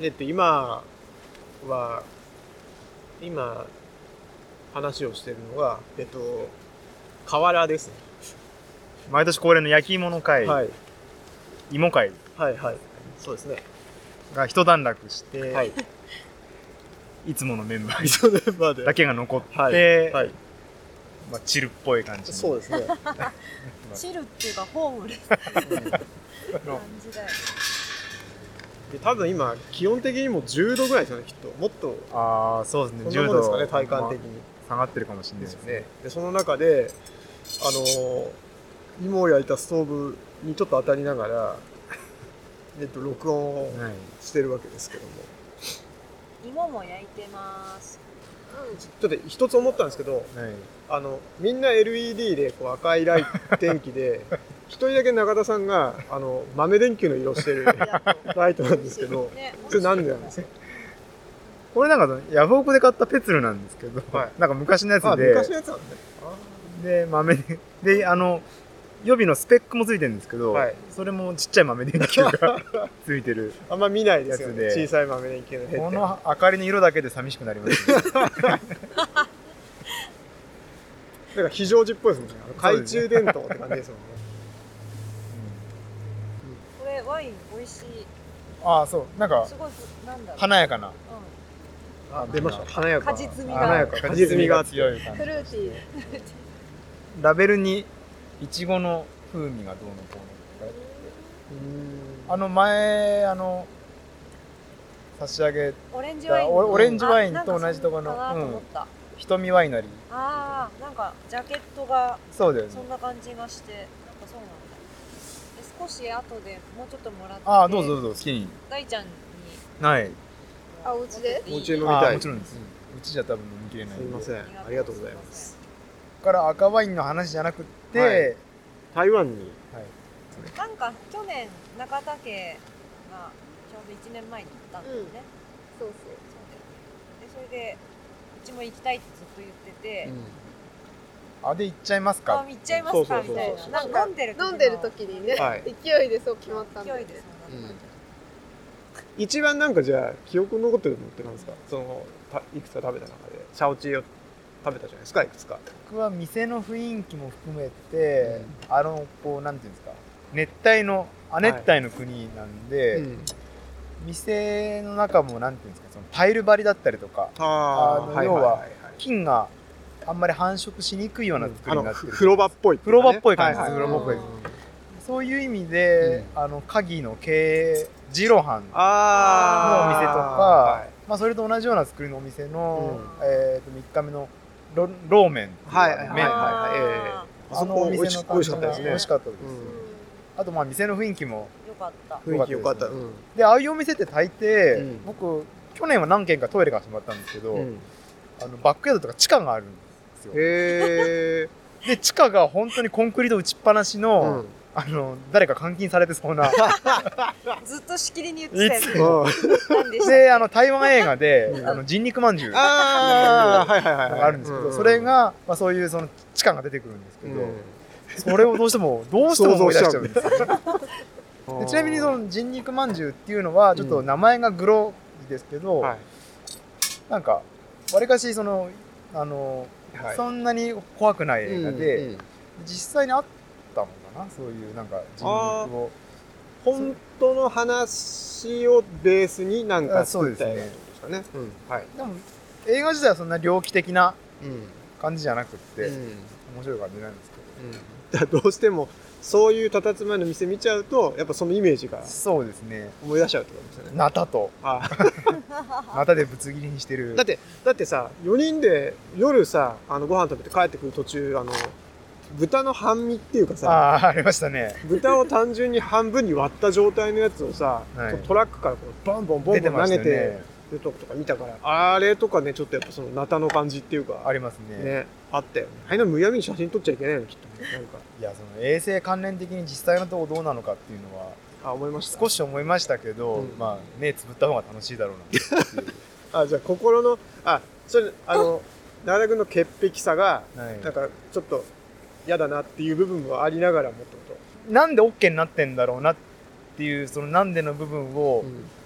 今話をしてるのが河原ですね。 毎年恒例の焼き芋の会、 はい、 芋会はいはい、そうですね。 が一段落して、 はい、 いつものメンバーだけが残って、 はいはい、 まあ、チルっぽい感じ。 そうですね。 チルっていうかホームレスな感じだよ。 で多分今気温的にも10度ぐらいですよね、きっと。もっと。 ああ、そうですね。 10度ですかね、体感的に。 下がってるかもしれないですね。 でその中で芋を焼いたストーブにちょっと当たりながら録音をしてるわけですけども、 芋も焼いてます。 ちょっと一つ思ったんですけど、みんな LED でこう赤い電気で一人だけ中田さんが豆電球の色してるライトなんですけど、それなんでなんですか？ これなんかヤフオクで買ったペツルなんですけど、なんか昔のやつで、 昔のやつなんで豆で予備のスペックもついてるんですけど、それもちっちゃい豆電球がついてるあんま見ないですよね、小さい豆電球のヘッド。 この明かりの色だけで寂しくなりますね。 だから非常時っぽいですもんね。懐中電灯って感じですもんね。 これワイン美味しい。 ああ、そう、なんかすごいなんだろう、 華やかな。 あ、出ました。華やか。 果実味が強い感じ。 フルーティー。 ラベルにいちごの風味がどうのこうの。前差し上げオレンジワインと同じところの瞳ワイナリー。 ああ、なんかジャケットがそうだよね。 そんな感じがして、なんかそうなんだ。少し後でもうちょっともらって。 ああ、どうぞどうぞ好きに。 大ちゃんに。 はい。 あ、お家で？ お家で飲みたい。 もちろんです。うちじゃ多分飲みきれない。 すみません。ありがとうございます。 だから赤ワインの話じゃなくて、 台湾に。 なんか去年中田家がちょうど1年前に行ったんだよね。そうそう。でそれでうちも行きたいってずっと言ってて。 で行っちゃいますか。 行っちゃいますかみたいな。なんか飲んでる時にね、勢いでそう決まったんで。勢いでそうなった。 一番なんかじゃあ記憶に残ってるのってなんですか？いくつか食べた中でシャオチーを食べたじゃないですか、いくつか。 僕は店の雰囲気も含めて、こうなんていうんですか、亜熱帯の国なんで、店の中もなんていうんですか、そのタイル張りだったりとか、要は菌があんまり繁殖しにくいような作りになってる。 風呂場っぽい。 風呂場っぽい感じです。風呂場っぽい。そういう意味で、鍵のジロハンのお店とか、まあそれと同じような作りのお店の3日目のローメン、 あのお店の感じが美味しかったです。 あとまあ店の雰囲気も良かった。 雰囲気良かった。 でああいうお店って大抵、僕去年は何軒かトイレが始まったんですけど、バックヤードとか地下があるんですよ。で地下が本当にコンクリート打ちっぱなしの、誰か監禁されてそうなずっとしきりに言ってたやつで、台湾映画で人肉まんじゅうがあるんですけど、それがそういうその地下が出てくるんですけど、それをどうしても思い出しちゃうんですよね。ちなみにその人肉まんじゅうっていうのはちょっと名前がグロいですけど、なんかわりかしそんなに怖くない映画で、実際にあったのかな、そういうなんか人肉を本当の話をベースになんか作った映画ですかね。 でも映画自体はそんな猟奇的な感じじゃなくって面白い感じなんですけど、 どうしてもそういう佇まいの店見ちゃうとやっぱそのイメージがそうですね思い出しちゃうってことですよね。 ナタとナタでぶつ切りにしてる。 だってさ、4人で夜さご飯食べて帰ってくる途中豚の半身っていうかさ、 ありましたね。 豚を単純に半分に割った状態のやつをさ、トラックからこうボンボンボンボン投げてるとことか見たから、あれとかね、ちょっとやっぱそのナタの感じっていうかありますね。 あったよね。あれのむやみに写真撮っちゃいけないのきっとなんか。 いや、その衛生関連的に実際のとこどうなのかっていうのは思いました。 少し思いましたけど、まあ目つぶった方が楽しいだろうなっていうじゃあ心のそれ中田君の潔癖さがなんかちょっと嫌だなっていう部分もありながらもなんで OK になってんだろうなっていうそのなんでの部分を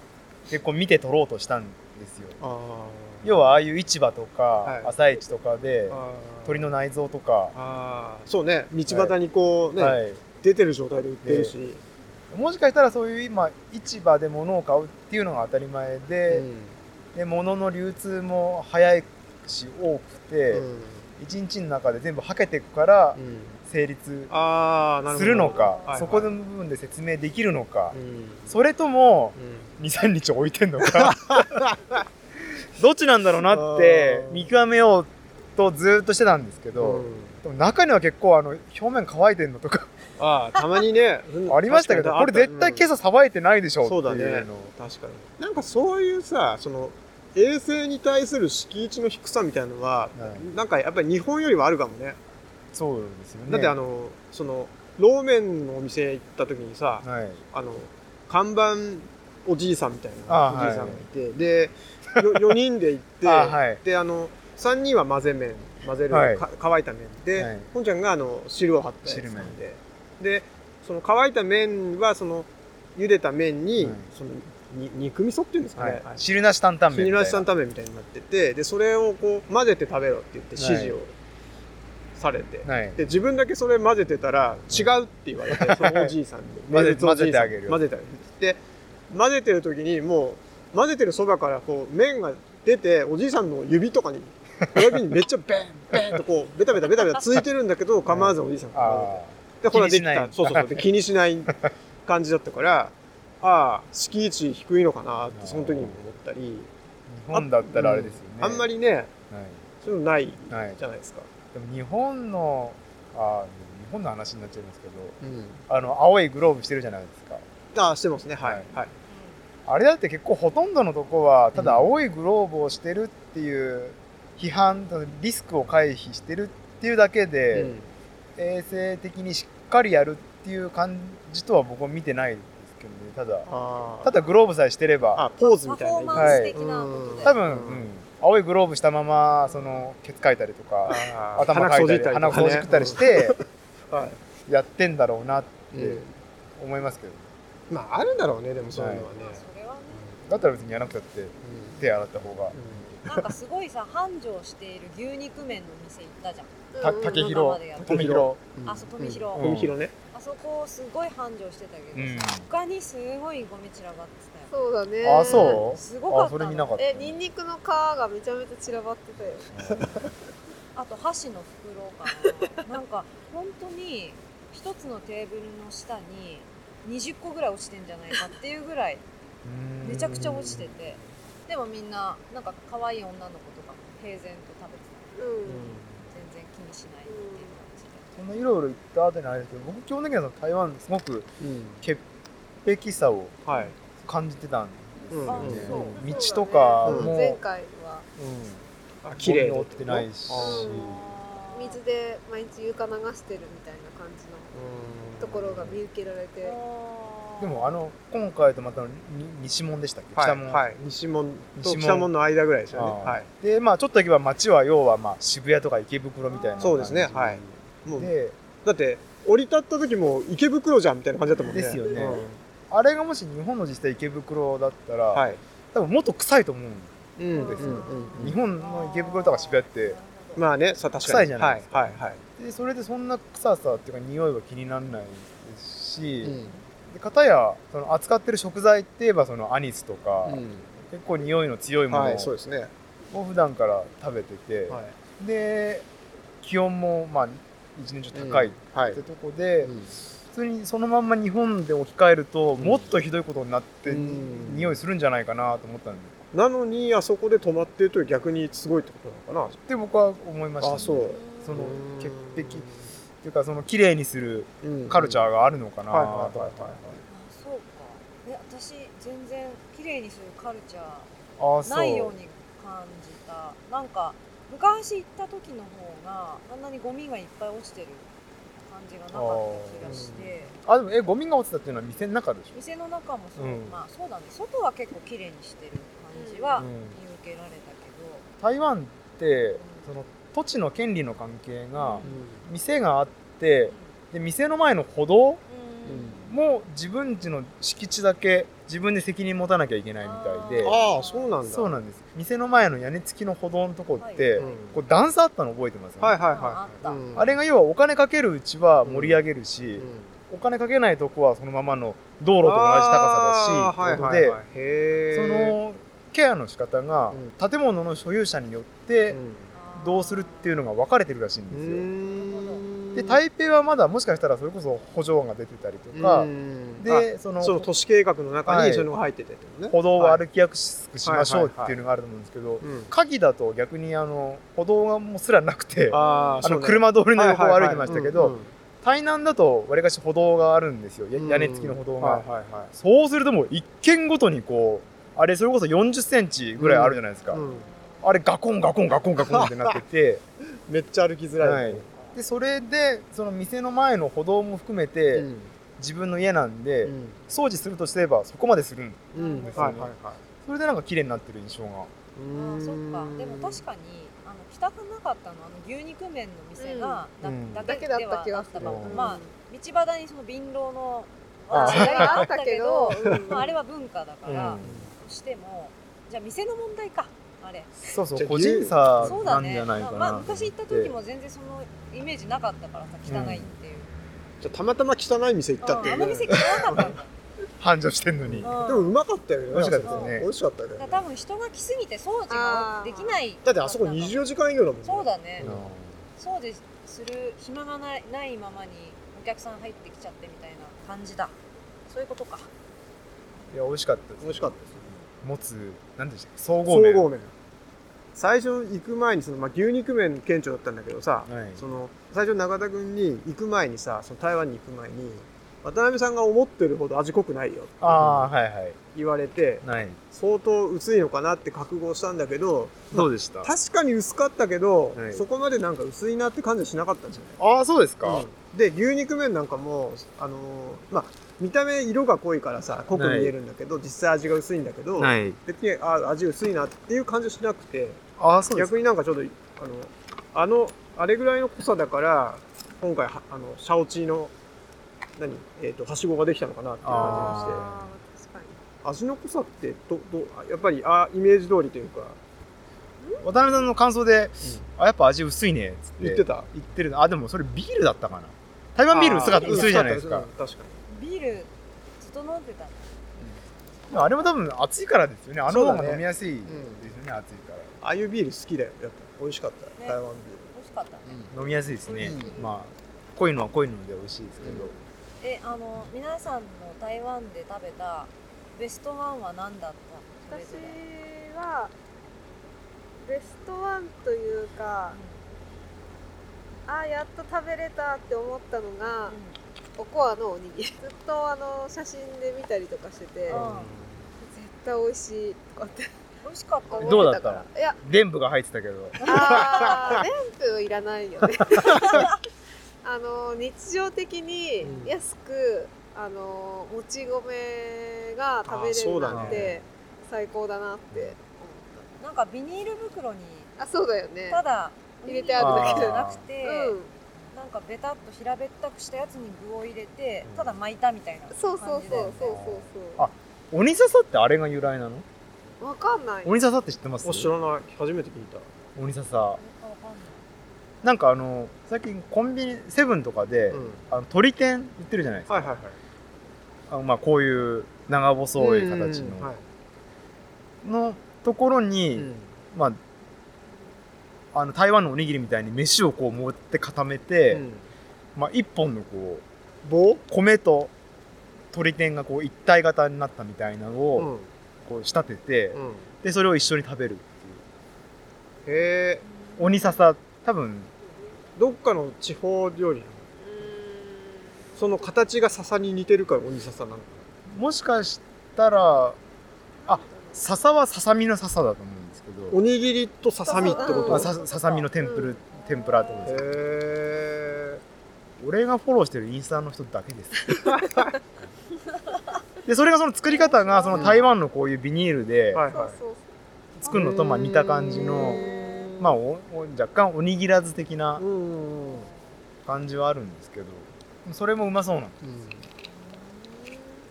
結構見て取ろうとしたんですよ。要はああいう市場とか朝市とかで鳥の内臓とか、 そうね、道端にこうね、出てる状態で売ってるし、 もしかしたらそういう今市場で物を買うっていうのが当たり前で、で物の流通も早いし多くて、1日の中で全部はけていくから成立するのか、そこの部分で説明できるのか、それとも 2,3 日置いてんのかどっちなんだろうなって見極めようとずっとしてたんですけど、でも中には結構表面乾いてんのとかたまにねありましたけど、これ絶対今朝さばいてないでしょっていうの。 そうだね、確かに。なんかそういうさ、その衛生に対する敷地の低さみたいなのは、なんかやっぱり日本よりはあるかもね。 そうですよね。 だってそのローメンのお店行った時にさ、看板おじいさんみたいなおじいさんがいて、で4人で行ってで3人は混ぜる乾いた麺で、本ちゃんが汁を張ったやつなんで、その乾いた麺はその茹でた麺にその肉味噌っていうんですかね、 汁なし担々麺みたいになってて、でそれをこう混ぜて食べろって言って指示をされて、で自分だけそれ混ぜてたら違うって言われて、そのおじいさんに混ぜてあげるで混ぜてる時にもう混ぜてるそばからこう麺が出て、おじいさんの指とかに親指にめっちゃベンとこうベタベタついてるんだけど構わずおじいさんがでほらできた、で気にしない感じだったから、敷地低いのかなってその時に思ったり。 日本だったらあれですよね、 あんまりね、そういうのないじゃないですか。 でも日本の話になっちゃいますけど、青いグローブしてるじゃないですか。 してますね。 あれだって結構ほとんどのとこはただ青いグローブをしてるっていう批判、リスクを回避してるっていうだけで、衛生的にしっかりやるっていう感じとは僕は見てないですけどね。ただグローブさえしてれば、 ポーズみたいな、 多分、青いグローブしたままケツかいたりとか頭かいたり鼻くそじったりしてやってんだろうなって思いますけど、 まああるんだろうね。でもそういうのはね、 だったら別にやらなくたって手洗った方が。 なんかすごいさ、繁盛している牛肉麺の店行ったじゃん。 竹広、富広、 富広ね。 あそこすごい繁盛してたけど、他にすごいゴミ散らばってたよ。そうだね。 あ、そう。 すごかった。 それ見なかった。 ニンニクの皮がめちゃめちゃ散らばってたよ。 あと箸の袋かな。なんか本当に一つのテーブルの下に20個ぐらい落ちてんじゃないかっていうぐらいめちゃくちゃ落ちてて、でもみんななんか可愛い女の子とか平然と食べてた。全然気にしないっていう感じで。 そんないろいろ言った後にあれですけど、僕基本的には台湾すごく潔癖さを感じてたんですよね。道とかも前回は綺麗に折ってないし、 水で毎日床流してるみたいな感じのところが見受けられて。 でも今回とまた西門でしたっけ？ 北門、西門と北門の間ぐらいですよね。 でちょっと行けば街は要は渋谷とか池袋みたいな。 そうですね。もうだって降り立った時も池袋じゃんみたいな感じだったもんね。 ですよね。あれがもし日本の実際池袋だったら、多分もっと臭いと思うんですよ。日本の池袋とか渋谷ってまあね、確かに臭いじゃないですか。でそれでそんな臭さっていうか匂いは気にならないですし。で片や扱ってる食材って言えばアニスとか、結構匂いの強いものを普段から食べてて、で気温も一年中高いってとこで、普通にそのまんま日本で置き換えるともっとひどいことになって匂いするんじゃないかなと思ったんで、 なのにあそこで止まってると逆にすごいってことなのかなって僕は思いました。その潔癖っていうか綺麗にするカルチャーがあるのかなと思って。 そうか。私全然綺麗にするカルチャーないように感じた。なんか昔行った時の方があんなにゴミがいっぱい落ちてる感じがなかった気がして。 でもゴミが落ちたっていうのは店の中でしょ？店の中もそう、そうだね。外は結構綺麗にしてる感じは見受けられたけど。 台湾って土地の権利の関係が店があって、で店の前の歩道も自分家の敷地だけ自分で責任持たなきゃいけないみたいで。 ああ、そうなんだ。 そうなんです。店の前の屋根付きの歩道のとこって、 はいこう段差あったの覚えてますよね。 はいはいはい。 あった、 あれが要はお金かけるうちは盛り上げるし、お金かけないとこはそのままの道路と同じ高さだし、ってことで、そのケアの仕方が建物の所有者によってどうするっていうのが分かれてるらしいんですよ。で、台北はまだもしかしたらそれこそ補助案が出てたりとか、で、その都市計画の中にそういうのが入ってて、 歩道を歩きやすくしましょうっていうのがあると思うんですけど、鍵だと逆に歩道がもうすらなくて、車通りの横を歩いてましたけど、台南だとわりかし歩道があるんですよ、屋根付きの歩道が。そうするともう一軒ごとにこう、あれそれこそ40センチぐらいあるじゃないですか。あれガコンガコンガコンガコンってなっててめっちゃ歩きづらい。 でそれでその店の前の歩道も含めて、自分の家なんで、掃除するとすればそこまでするんですよね。それでなんか綺麗になってる印象が。 あ、そっか。でも確かに北くなかったの牛肉麺の店がだけではあったばっか。まあ道端にその瓶廊のあったけど、あれは文化だからとしても、じゃあ店の問題か。あれそうそう、個人差なんじゃないかな。 まあ昔行った時も全然そのイメージなかったからさ、汚いっていう。 じゃあたまたま汚い店行ったっていう。 あの店汚かったんだ。 繁盛してんのに。 でもうまかったよね。 美味しかったですね。 美味しかったね。 多分人が来すぎて掃除ができない。 だってあそこ24時間営業だもんね。 そうだね。掃除する暇がないままにお客さん入ってきちゃってみたいな感じだ。そういうことか。 いや美味しかったです。 美味しかったです。 持つ何でしたっけ、総合麺。 最初行く前に牛肉麺顕著だったんだけどさ、最初永田君に行く前にさ、その台湾に行く前に渡辺さんが思ってるほど味濃くないよって言われて、相当薄いのかなって覚悟したんだけど、 どうでした？ 確かに薄かったけど、そこまでなんか薄いなって感じはしなかったんですよね。 ああ、そうですか。 で牛肉麺なんかもまあ見た目色が濃いからさ濃く見えるんだけど、実際味が薄いんだけど、別に味薄いなっていう感じはしなくて、逆になんかちょうどあれぐらいの濃さだから今回シャオチーのはしごができたのかなっていう感じがして、味の濃さってやっぱりイメージ通りというか。 渡辺さんの感想で、やっぱ味薄いねっつって言ってる。でもそれビールだったかな。台湾ビール薄いじゃないですか。 確かにビールずっと飲んでた。あれも多分暑いからですよね。あの方が飲みやすいですよね、暑いから。 ああいうビール好きだよ。やっぱ美味しかった。台湾ビール美味しかったね。 飲みやすいですね。まあ濃いのは濃いので美味しいですけど。 皆さんの台湾で食べたベストワンは何だった？ 私はベストワンというか、やっと食べれたって思ったのが、おこわのおにぎり。ずっと写真で見たりとかしてて、絶対美味しいとかって美味しかった。 どうだった？いや、でんぷが入ってたけど。 でんぷいらないよね。日常的に安くもち米が食べれるなんて最高だなって思った。 なんかビニール袋にそうだよね、 ただ入れてあるだけじゃなくて、なんかベタっと平べったくしたやつに具を入れてただ巻いたみたいな感じで。 そう鬼笹ってあれが由来なの？ わかんない。 鬼笹って知ってます？ 知らない。初めて聞いた。 鬼笹。なんか最近コンビニセブンとかで鶏天売ってるじゃないですか。まあこういう長細い形のところに、まあ台湾のおにぎりみたいに飯をこう持って固めて、まあ一本のこう米と鶏天がこう一体型になったみたいなのをこう仕立てて、でそれを一緒に食べるっていう。 へえ。 鬼笹多分どっかの地方料理なの？その形が笹に似てるから鬼笹なのかな。もしかしたら笹はささみの笹だと思うんですけど、 おにぎりとささみってこと？ ささみの天ぷらってことです。俺がフォローしてるインスタの人だけです。でそれがその作り方がその台湾のこういうビニールで作るのと似た感じの、まあ若干おにぎらず的な感じはあるんですけど、それもうまそうなんです。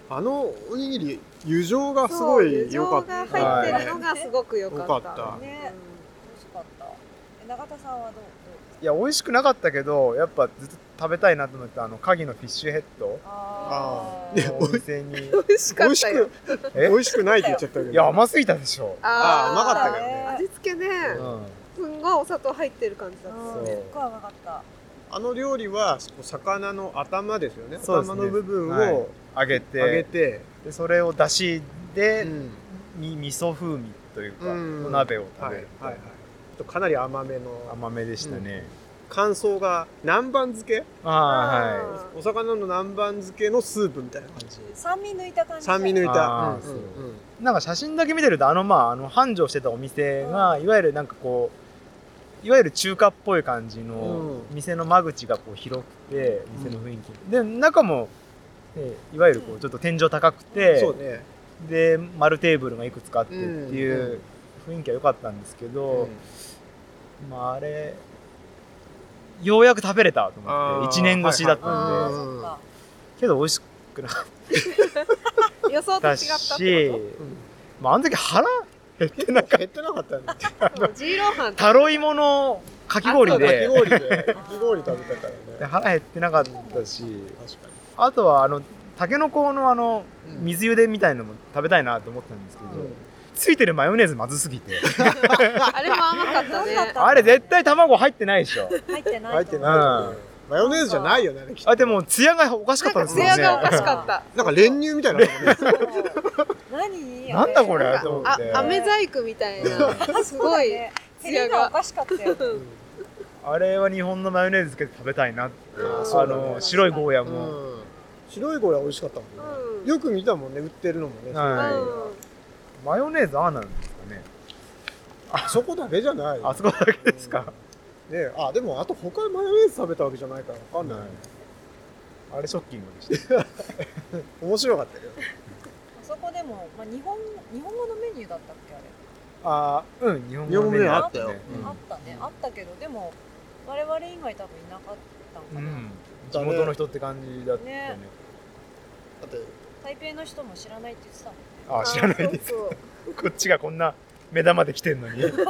あのおにぎり湯状がすごい良かった。 湯状が入ってるのがすごく良かった。 ね、美味しかった。永田さんはどう？ いや美味しくなかったけどやっぱずっと食べたいなと思って鍵のフィッシュヘッドお店に美味しかったよ。 美味しくないって言っちゃったけど。 いや甘すぎたでしょ。 うまかったけどね。 味付けね、すんごいお砂糖入ってる感じだった。 すっごい甘かった。 あの料理は魚の頭ですよね。頭の部分を揚げてでそれをだしで味噌風味というかお鍋を食べる。 かなり甘めでしたね。 感想が南蛮漬け、お魚の南蛮漬けのスープみたいな感じ。 酸味抜いた感じ。 酸味抜いた。 なんか写真だけ見てると繁盛してたお店がいわゆるなんかこういわゆる中華っぽい感じの店の間口がこう広くて店の雰囲気で中もいわゆるこうちょっと天井高くてで丸テーブルがいくつかあってっていう雰囲気は良かったんですけど。あれようやく食べれたと思って1年越しだったんでけど美味しくなかった予想と違ったしあの時腹減ってなかったんだタロイモのかき氷でかき氷食べたからね腹減ってなかったしあとはタケノコの水茹でみたいのも食べたいなと思ったんですけどついてるマヨネーズまずすぎてあれも甘かったね。 あれ絶対卵入ってないでしょ。 入ってない。 マヨネーズじゃないよね。 でもツヤがおかしかったですよね。 ツヤがおかしかった。 なんか練乳みたいな。 何？ なんだこれと思って。 飴細工みたいな。すごいツヤがおかしかったよ。 あれは日本のマヨネーズつけて食べたいなって。白いゴーヤも。 白いゴーヤ美味しかったもんね。よく見たもんね売ってるのもね。 マヨネーズなんですかね。 あそこだけじゃない。 あそこだけですか。 ねでもあと他にマヨネーズ食べたわけじゃないからわかんない。 あれショッキングでした。 面白かったけど。 あそこでも日本語のメニューだったっけあれ。日本語のメニューあったよ。 あったね。あったけどでも我々以外多分いなかったのかな。 地元の人って感じだったね。 だって台北の人も知らないって言ってたもんね。 知らないです。こっちがこんな目玉で来てんのに。は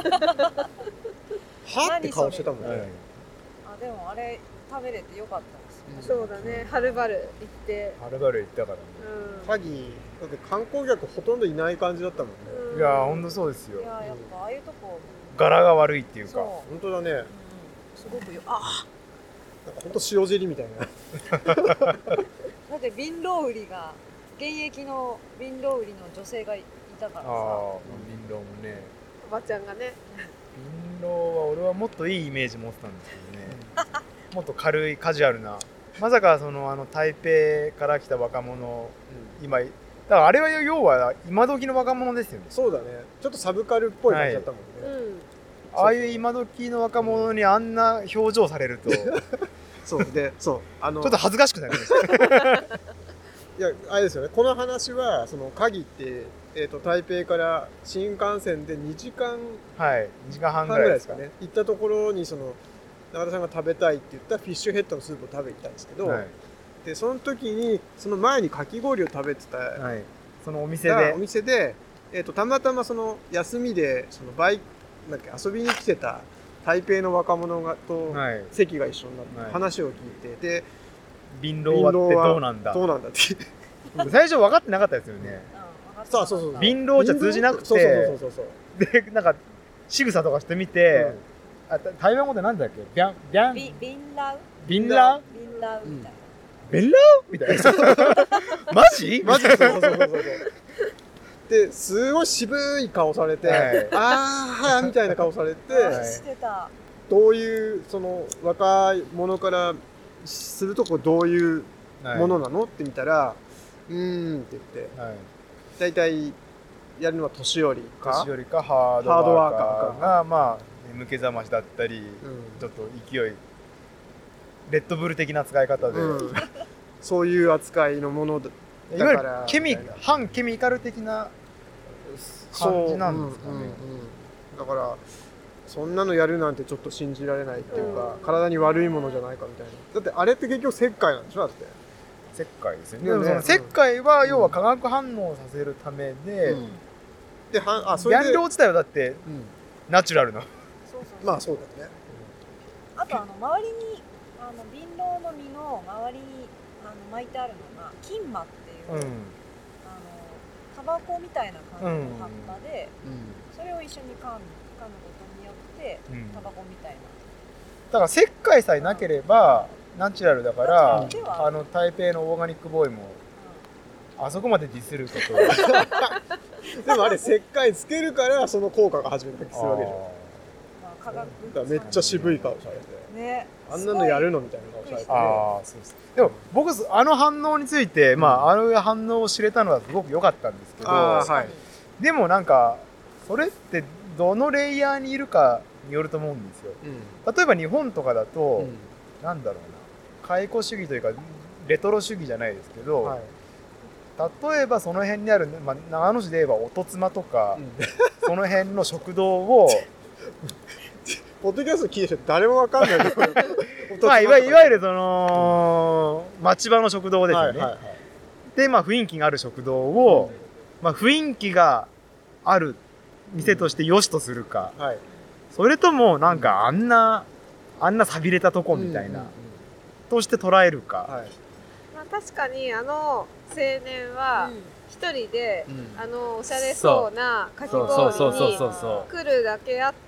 って顔してたもんね。 でもあれ食べれてよかったです。 そうだね。はるばる行って。 はるばる行ったからね。 鍵だって観光客ほとんどいない感じだったもんね。 いや本当そうですよ。 いややっぱああいうとこ柄が悪いっていうか。 本当だね。 すごくなんか本当塩尻みたいな。 だって瓶ロ売りが。現役の瓶ロ売りの女性がいたからさ。 瓶ロもね。 おばちゃんがね。 瓶ロは俺はもっといいイメージ持ってたんですけどね。もっと軽いカジュアルな。まさか台北から来た若者、今だからあれは要は今時の若者ですよね。 そうだね。ちょっとサブカルっぽい感じだったもんね。 ああいう今時の若者にあんな表情されると、 そうでそうちょっと恥ずかしくなりました。 いやあれですよね。この話は鍵って台北から新幹線で2時間 2時間半ぐらいですかね。 行ったところに中田さんが食べたいって言ったフィッシュヘッドのスープを食べに行ったんですけど、でその時にその前にかき氷を食べてた、 そのお店でたまたま休みで遊びに来てた台北の若者と席が一緒になって話を聞いてで。 瓶ロはってどうなんだって最初分かってなかったですよね。 そう瓶ロじゃ通じなくてでなんか仕草とかしてみて台湾語でなんだっけビンラウビンラウみたいなマジそうですごい渋い顔されてみたいな顔されてどういう若い者からするとどういうものなのって見たらって言って大体やるのは年寄りかハードワーカーが眠気覚ましだったりちょっと勢いレッドブル的な使い方でそういう扱いのものだいわゆる反ケミカル的な感じなんですかね。 だからそんなのやるなんてちょっと信じられないっていうか、体に悪いものじゃないかみたいな。だってあれって結局石灰なんでしょ。だって石灰ですね。でもその石灰は要は化学反応をさせるためで、原料自体はだってナチュラルな。 まあそうだね。 あと周りにビンロウの実の周りに巻いてあるのが金麻っていう、タバコみたいな感じの葉っぱで、それを一緒に噛むことによってタバコみたいな。 だから石灰さえなければナチュラルだから、台北のオーガニックボーイもあそこまでディスることでもあれ石灰つけるからその効果が始めたりするわけじゃん。 科学めっちゃ渋い顔されて、ね、あんなのやるのみたいな顔されて、 そうです。でも僕あの反応について、あの反応を知れたのはすごく良かったんですけど、でもなんかそれってどのレイヤーにいるかによると思うんですよ。例えば日本とかだと、なんだろうな、解雇主義というかレトロ主義じゃないですけど、例えばその辺にある、長野市で言えば音妻とか、その辺の食堂をポッドキャスト聞いてる人誰もわかんないけどいわゆるその町場の食堂ですよね。で雰囲気がある食堂を、雰囲気がある店として良しとすするか、それともなんかあんな寂れたとこみたいなとして捉えるか。 確かに青年は一人で、おしゃれそうなかき氷に来るだけあって、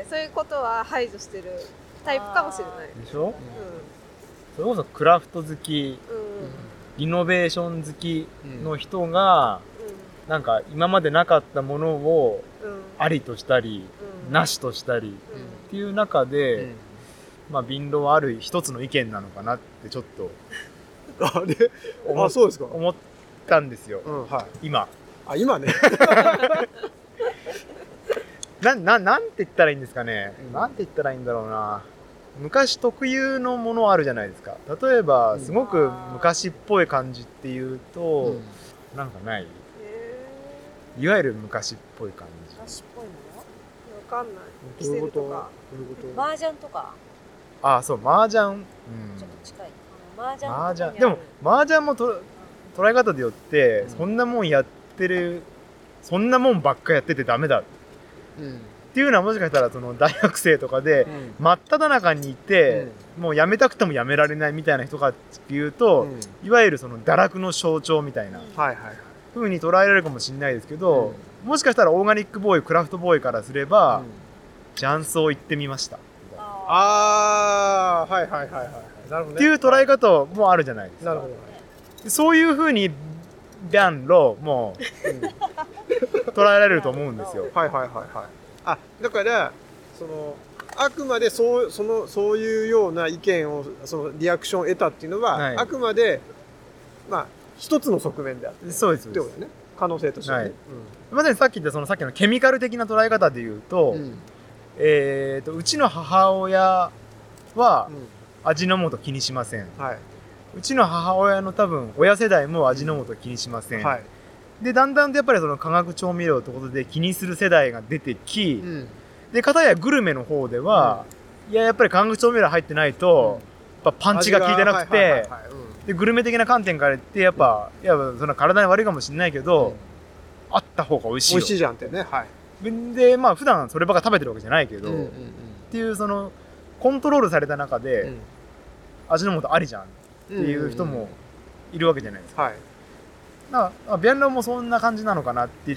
そういうことは排除してるタイプかもしれないでしょ。それこそクラフト好き、イノベーション好きの人が、なんか今までなかったものをありとしたり、なしとしたりっていう中で、ビンロウはある一つの意見なのかなってちょっとそうですか、 思ったんですよ、今ねなんて言ったらいいんですかね、なんて言ったらいいんだろうな。昔特有のものあるじゃないですか。例えばすごく昔っぽい感じっていうと、なんかない？いわゆる昔っぽい感じ。 昔っぽいもの？わかんない。キセルとか。 麻雀とか。 そう、麻雀。ちょっと近い。 麻雀。でも麻雀も捉え方でよって、そんなもんやってる、そんなもんばっかやっててダメだ。っていうのはもしかしたらその大学生とかで真っ只中にいて、もうやめたくてもやめられないみたいな人かっていうと、いわゆるその堕落の象徴みたいな風に捉えられるかもしれないですけど、もしかしたらオーガニックボーイ、クラフトボーイからすれば、雀荘行ってみました。 なるほどね。 っていう捉え方もあるじゃないですか。 なるほど。そういう風にビャンロも捉えられると思うんですよ。 だからあくまでそういうような意見をリアクションを得たっていうのは、あくまで一つの側面であって、 そうですってことね、可能性としてね。 まさにさっき言ったさっきのケミカル的な捉え方で言うと、うちの母親は味の素気にしません。うちの母親の多分親世代も味の素気にしません。でだんだんとやっぱりその化学調味料ということで気にする世代が出てき、で片やグルメの方では、やっぱり化学調味料入ってないと、パンチが効いてなくて、でグルメ的な観点から言ってやっぱその体に悪いかもしれないけど、あった方が美味しいよ。 美味しいじゃんってね。 で普段そればっか食べてるわけじゃないけど、っていうそのコントロールされた中で、味の素ありじゃんっていう人もいるわけじゃないですか。ビアンロウもそんな感じなのかなって言って、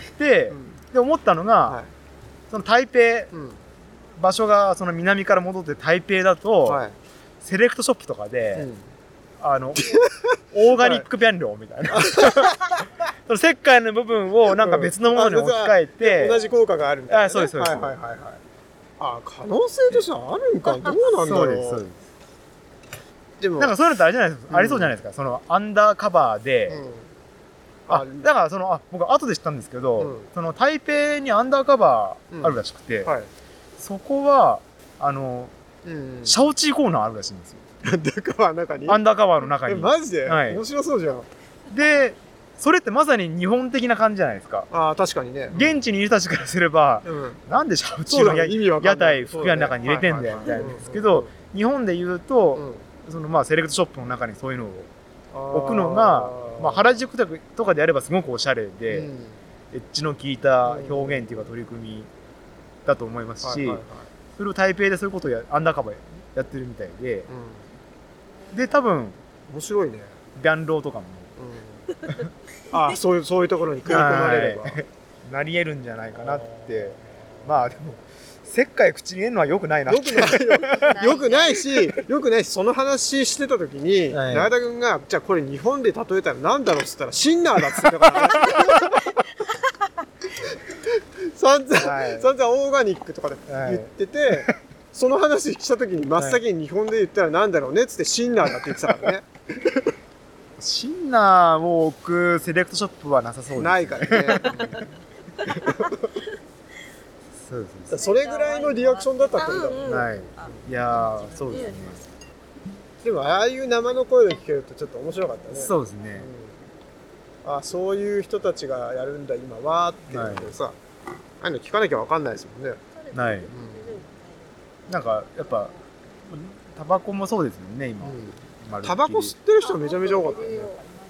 で思ったのが、その台北、場所がその南から戻って台北だと、セレクトショップとかで、オーガニックビアンロウみたいなその石灰の部分をなんか別のものに置き換えて、 同じ効果があるみたいな。 そうですそうです。 可能性としてはあるんか。どうなんだろう。 そうですそうです。でもなんかそういうのってあれじゃないですか、ありそうじゃないですか。そのアンダーカバーで、だからその僕後で知ったんですけど、その台北にアンダーカバーあるらしくて、そこはシャオチーコーナーあるらしいんですよ。 アンダーカバーの中に？ アンダーカバーの中に。 マジで？面白そうじゃん。 でそれってまさに日本的な感じじゃないですか。 確かにね。 現地にいる人たちからすれば、なんでシャオチーの屋台服屋の中に入れてんだよみたいなんですけど、日本で言うと、そのセレクトショップの中にそういうのを置くのが、まあ、原宿とかであればすごくおしゃれで、エッジの効いた表現っていうか取り組みだと思いますし、それを台北でそういうことをアンダーカバーやってるみたいで、で多分面白いね。 ビャンローとかも、 そういうところに組み込まれればなり得るんじゃないかなって。まあでもせっかい口に言えるのは良くないなって。 よくないし、その話してた時に、永田君が、じゃあこれ日本で例えたら何だろうっつったら、シンナーだっつってたからね。散々オーガニックとかで言ってて、その話した時に真っ先に日本で言ったら何だろうねっつってシンナーだって言ってたからね。 シンナーを置くセレクトショップはなさそうですね。 ないからね。それぐらいのリアクションだったってことだもんね。 はい。いやー、そうですね。 でもああいう生の声で聞けるとちょっと面白かったね。 そうですね。 そういう人たちがやるんだ今はっていうのでさ、ああいうの聞かなきゃ分かんないですもんね。 はい。なんかやっぱタバコもそうですもんね今。 タバコ吸ってる人めちゃめちゃ多かったよね。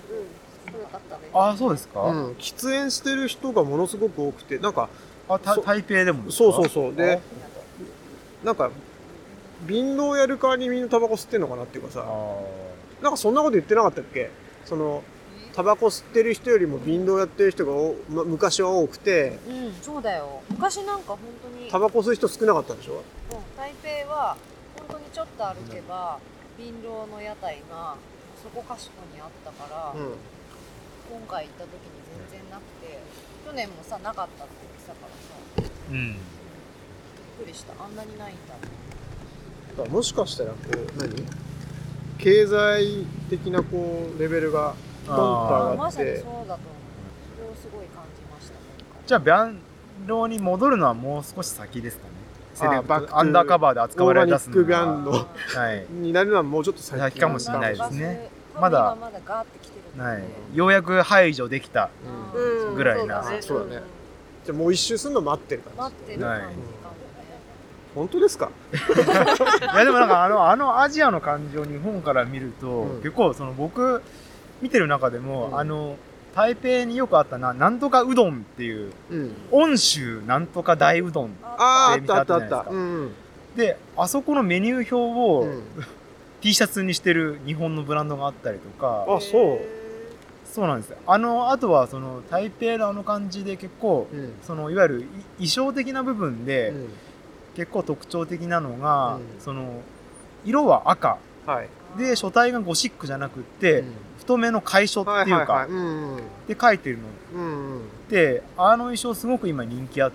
そうですか。 喫煙してる人がものすごく多くて、なんか台北でもですか？そうで、なんか貧農やる代わりにみんなタバコ吸ってんのかなっていうかさ、なんかそんなこと言ってなかったっけ？そのタバコ吸ってる人よりも貧農やってる人が昔は多くて、 そうだよ。昔なんか本当にタバコ吸う人少なかったんでしょ？ 台北は本当にちょっと歩けば貧農の屋台がそこかしこにあったから、今回行った時に全然なくて、去年もさなかったって言ってたからさ、びっくりした。あんなにないんだ。 もしかしたらこう経済的なこうレベルがドンと上がって、 まさにそうだと思う。それをすごい感じましたね。 じゃあビャンローに戻るのはもう少し先ですかね。アンダーカバーで扱われ出すのはオーガニックビャンドになるのはもうちょっと先かもしれないですね。 まだガーってきてる。 ようやく排除できたぐらいな。 そうだね。じゃあもう一周するの待ってる感じ。 待ってる感じかもね。 本当ですか？ いやでもなんかあのアジアの感じを日本から見ると、結構その僕見てる中でも、台北によくあったなんとかうどんっていう、温州なんとか大うどんって店あったじゃないですか。であそこのメニュー表を、T シャツにしてる日本のブランドがあったりとか。そうなんですよ。あとはその台北の感じで結構、そのいわゆる衣装的な部分で、結構特徴的なのが、その色は赤、で書体がゴシックじゃなくって、太めの楷書っていうかで書いてるの、で衣装すごく今人気あって、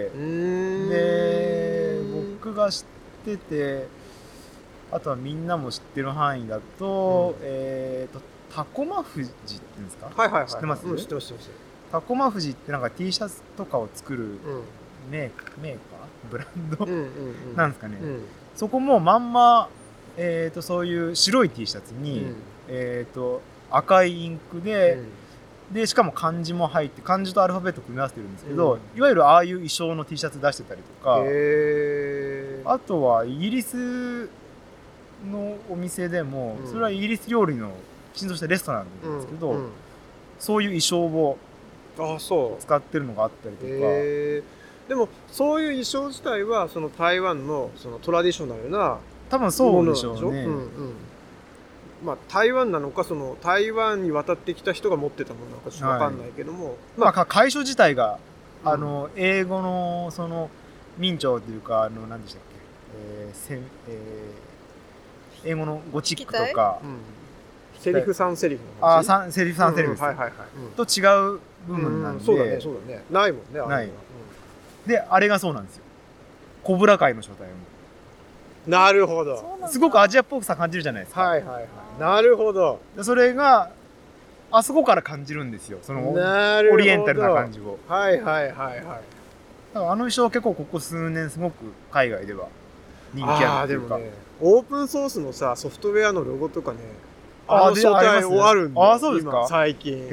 で僕が知ってて、あとはみんなも知ってる範囲だと、タコマ富士っていうんですか？知ってます？ 知ってます。 タコマ富士ってなんか T シャツとかを作るメーカーブランドなんですかね。そこもまんま、そういう白い T シャツに、赤いインクで、しかも漢字も入って、漢字とアルファベット組み合わせてるんですけど、いわゆるああいう衣装の T シャツ出してたりとか、あとはイギリスのお店でも、それはイギリス料理のきちんとしたレストランなんですけど、そういう衣装を使ってるのがあったりとか。 でもそういう衣装自体はその台湾のそのトラディショナルな多分そうでしょうね。 まあ台湾なのか、その台湾に渡ってきた人が持ってたものなのかちょっと分かんないけども、 楷書自体が英語のその明朝というか何でしたっけ、英語のゴチックとか、 セリフ3セリフのセリフ3セリフと違う部分なんで、 そうだねないもんね。 ない。であれがそうなんですよ。コブラ会の書体も。 なるほど。 すごくアジアっぽくさ感じるじゃないですか。 なるほど。 それがあそこから感じるんですよ。そのオリエンタルな感じを。だから衣装は結構ここ数年すごく海外では人気あるっていうか。 オープンソースのさソフトウェアのロゴとかね、書体あるんだ。 そうですか。 最近。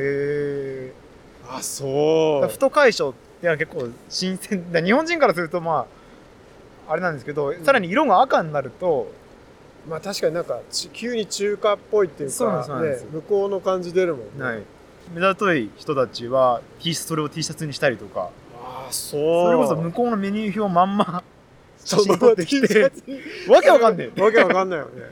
そう。 太楷書っていうのは結構新鮮だ。日本人からするとまああれなんですけど、さらに色が赤になるとまあ確かになんか急に中華っぽいっていうか、ね、向こうの感じ出るもんね、はい、 目ざとい人たちはそれを T シャツにしたりとか、 それこそ向こうのメニュー表まんま写真撮ってきてわけわかんねえわけわかんないよね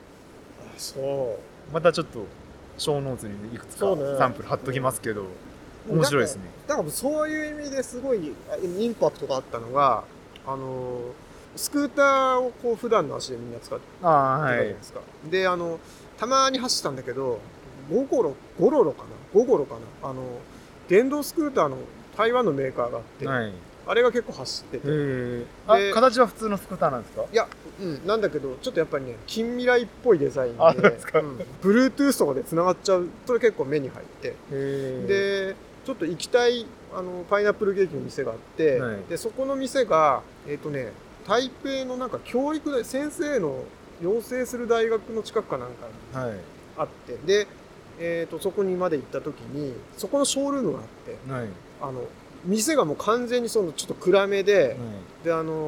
そうまたちょっと小ノーツにいくつかサンプル貼っときますけど、面白いですね。 だからそういう意味ですごいインパクトがあったのがスクーターをこう普段の足でみんな使ってるじゃないですか、はい、でたまに走ったんだけどゴロロかな電動スクーターの台湾のメーカーがあって、はい、あれが結構走ってて形は普通のスクーターなんですか？ いや、なんだけどちょっとやっぱりね近未来っぽいデザインでBluetooth とかでつながっちゃうと結構目に入ってでちょっと行きたいパイナップルケーキの店があって、はい、でそこの店が台北のなんか教育大先生の養成する大学の近くかなんかにあって、はい、で、そこにまで行った時にそこのショールームがあって、はい、店がもう完全にちょっと暗めで、はい、で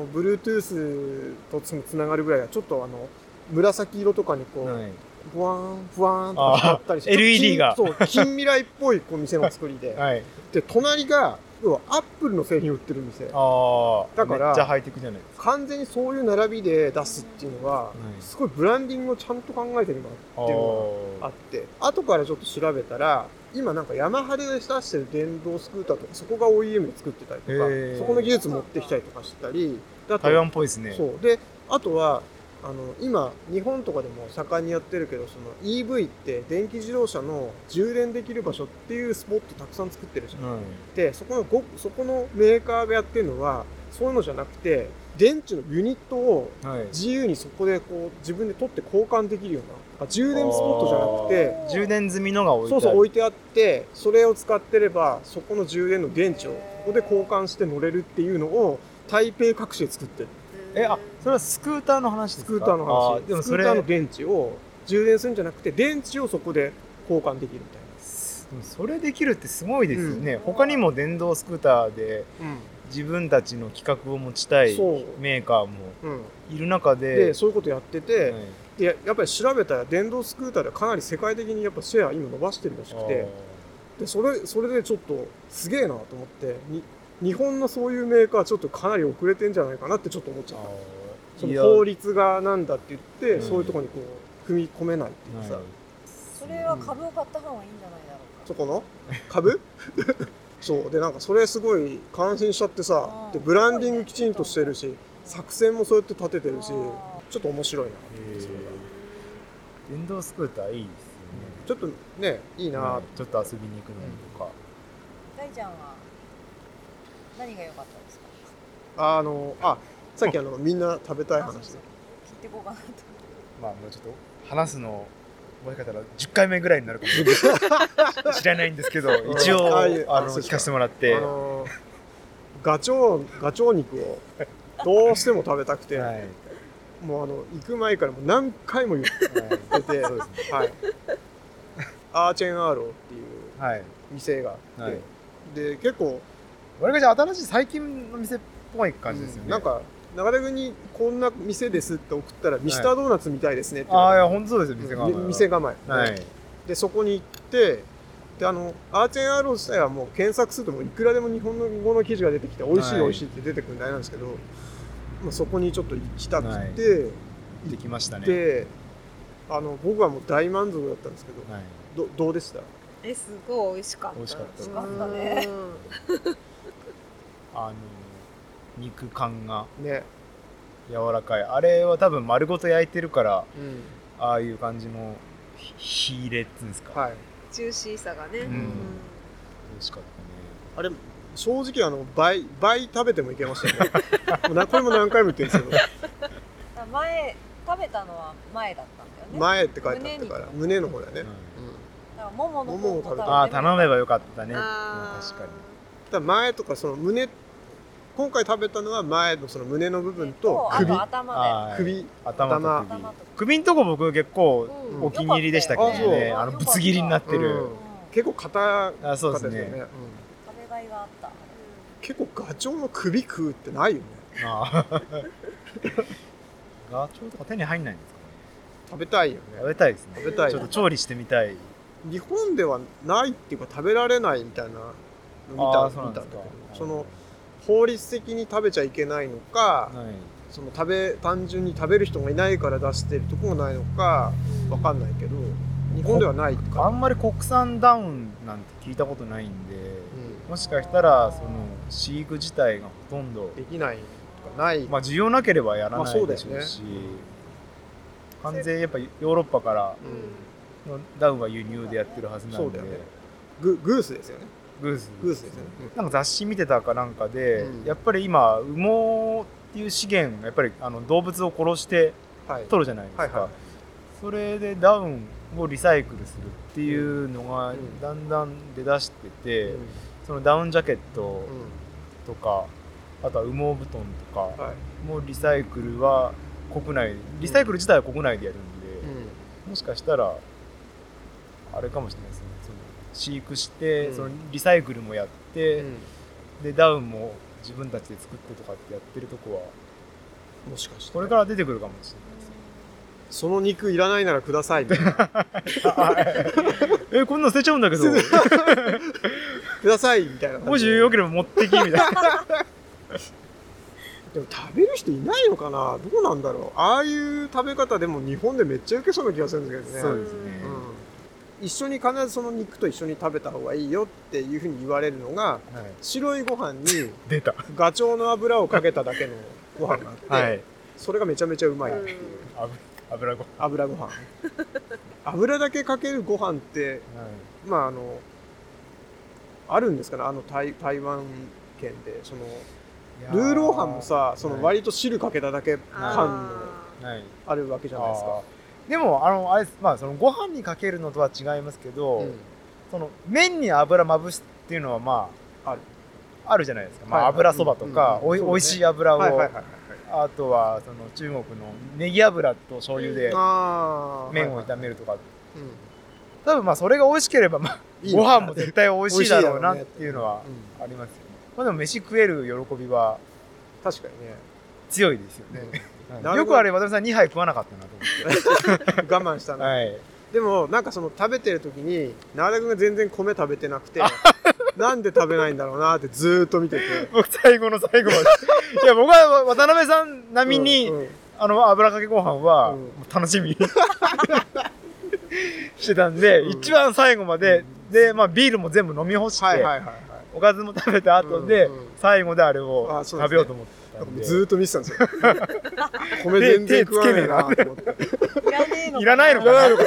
Bluetooth とつながるぐらいがちょっと紫色とかにこう、はい、ふわーんとかあったりして LED がそう近未来っぽいこう店の作りで、はい、で隣が要はアップルの製品を売ってる店だからめっちゃハイテクじゃないですか。 完全にそういう並びで出すっていうのは、すごいブランディングをちゃんと考えてるなっていうのがあって後からちょっと調べたら今なんかヤマハで出してる電動スクーターとかそこが OEM で作ってたりとかそこの技術持ってきたりとかしたり台湾っぽいですね。 そうであとは今日本とかでも盛んにやってるけどその EV って電気自動車の充電できる場所っていうスポットたくさん作ってるじゃん、でそこのメーカーがやってるのはそういうのじゃなくて電池のユニットを自由にそこでこう自分で取って交換できるような充電スポットじゃなくて充電済みのが置いてあってそれを使ってればそこの充電の電池をここで交換して乗れるっていうのを台北各地で作ってる。 それはスクーターの話ですか？ スクーターの話。でもスクーターの電池を充電するんじゃなくて電池をそこで交換できるみたいな。 それできるってすごいですよね、他にも電動スクーターで自分たちの企画を持ちたいメーカーもいる中で、 そういうことやってて、でやっぱり調べたら電動スクーターではかなり世界的にやっぱシェア今伸ばしてるらしくてでそれでちょっとすげえなと思って日本のそういうメーカーはちょっとかなり遅れてんじゃないかなってちょっと思っちゃった。その法律がなんだって言って、そういうところにこう踏み込めないっていうさ、 それは株を買った方がいいんじゃないだろうか。 そこの株そうでなんかそれすごい感心しちゃってさでブランディングきちんとしてるし作戦もそうやって立ててるしちょっと面白いなそれが電動スクーターいいですよね。 ちょっとねいいな、 ちょっと遊びに行くのとか。 大ちゃんは何が良かったですか？ さっきみんな食べたい話で聞いていこうかなと。 もうちょっと話すのもしかしたら10回目ぐらいになるかもしれない知らないんですけど一応聞かせてもらってガチョウ肉をどうしても食べたくて、はい、もう行く前からもう何回も言ってて、はい、そうですね、はい、アーチェンアーローっていう店があって、はい、で結構我々じゃ新しい最近の店っぽい感じですよね、 なんか中田君にこんな店ですって送ったら、ミスタードーナツみたいですねって言われて、いや本当そうですよ、 店構え、はい、でそこに行ってでアーチェンアーロー自体はもう検索するともういくらでも日本語の記事が出てきて美味しい美味しいって出てくるんであれなんですけど、そこにちょっと行きたくて、行ってきましたね。 で僕はもう大満足だったんですけど、どうでした？ すごい美味しかった。 美味しかった。 美味しかったね。 肉感が柔らかい、あれは多分丸ごと焼いてるから、ああいう感じの火入れっていうんですか、はい、 ジューシーさがね、美味しかったね。 あれ正直倍食べてもいけましたねこれも何回も言ってるんですけど前食べたのは前だったんだよね。 前って書いてあったから胸の方だよね、 だからももの方も食べて頼めばよかったね。確かにだ前とかその胸今回食べたのは前のその胸の部分と首首んとこ僕結構お気に入りでしたけどね、ぶつ切りになってる、 結構硬かったですよね。 食べがいがあった。 結構ガチョウの首食うってないよね。 ガチョウとか手に入んないんですかね。 食べたいよね。 食べたいですね。 食べたい。 ちょっと調理してみたい。 日本ではないっていうか食べられないみたいなの見たんだけど、その法律的に食べちゃいけないのか、その単純に食べる人がいないから出してるとこがないのかわかんないけど、日本ではないか。 あんまり国産ダウンなんて聞いたことないんで、もしかしたらその飼育自体がほとんどできないとかない。 まあ需要なければやらないでしょうし、完全にやっぱヨーロッパからのダウンは輸入でやってるはずなんで。 グースですよね。 グースですよね。 なんか雑誌見てたかなんかで、やっぱり今羽毛っていう資源がやっぱり動物を殺して取るじゃないですか。それでダウンをリサイクルするっていうのがだんだん出だしてて、そのダウンジャケットとか、あとは羽毛布団とかもリサイクルは国内、リサイクル自体は国内でやるんで、もしかしたらあれかもしれないですね。その飼育して、そのリサイクルもやって、でダウンも自分たちで作ってとかってやってるとこはもしかしてこれから出てくるかもしれないです。 その肉いらないならくださいみたいなこんなの捨てちゃうんだけどくださいみたいな。 もしよければ持ってきみたいなでも食べる人いないのかな、どうなんだろう。ああいう食べ方でも日本でめっちゃ受けそうな気がするんですけどね。 そうですね、 一緒に必ずその肉と一緒に食べた方がいいよっていうふうに言われるのが、白いご飯に出たガチョウの油をかけただけのご飯があって、それがめちゃめちゃうまいっていう。油ご飯油だけかけるご飯って、まああるんですかね、台湾圏でそのルーローハンもさ、その割と汁かけただけ感のあるわけじゃないですか。 でもあれ、まあそのご飯にかけるのとは違いますけど、その麺に油まぶすっていうのはまああるじゃないですか。まあ油そばとかおいしい油を、あとはその中国のネギ油と醤油で麺を炒めるとか、多分まあそれが美味しければ、まあご飯も絶対美味しいだろうなっていうのはありますよね。まあでも飯食える喜びは確かにね強いですよね。よくあれ渡辺さん2杯食わなかったなと思って我慢したの。でもなんかその食べてる時に永田君が全然米食べてなくてなんで食べないんだろうなってずーっと見てて、 僕最後の最後までいや僕は渡辺さん並みに油かけご飯は楽しみにしてたんで、一番最後までで、まあビールも全部飲み干しておかずも食べた後で最後であれを食べようと思って、 ずーっと見てたんですよ米全然食わねえなと思っていらないのかな。い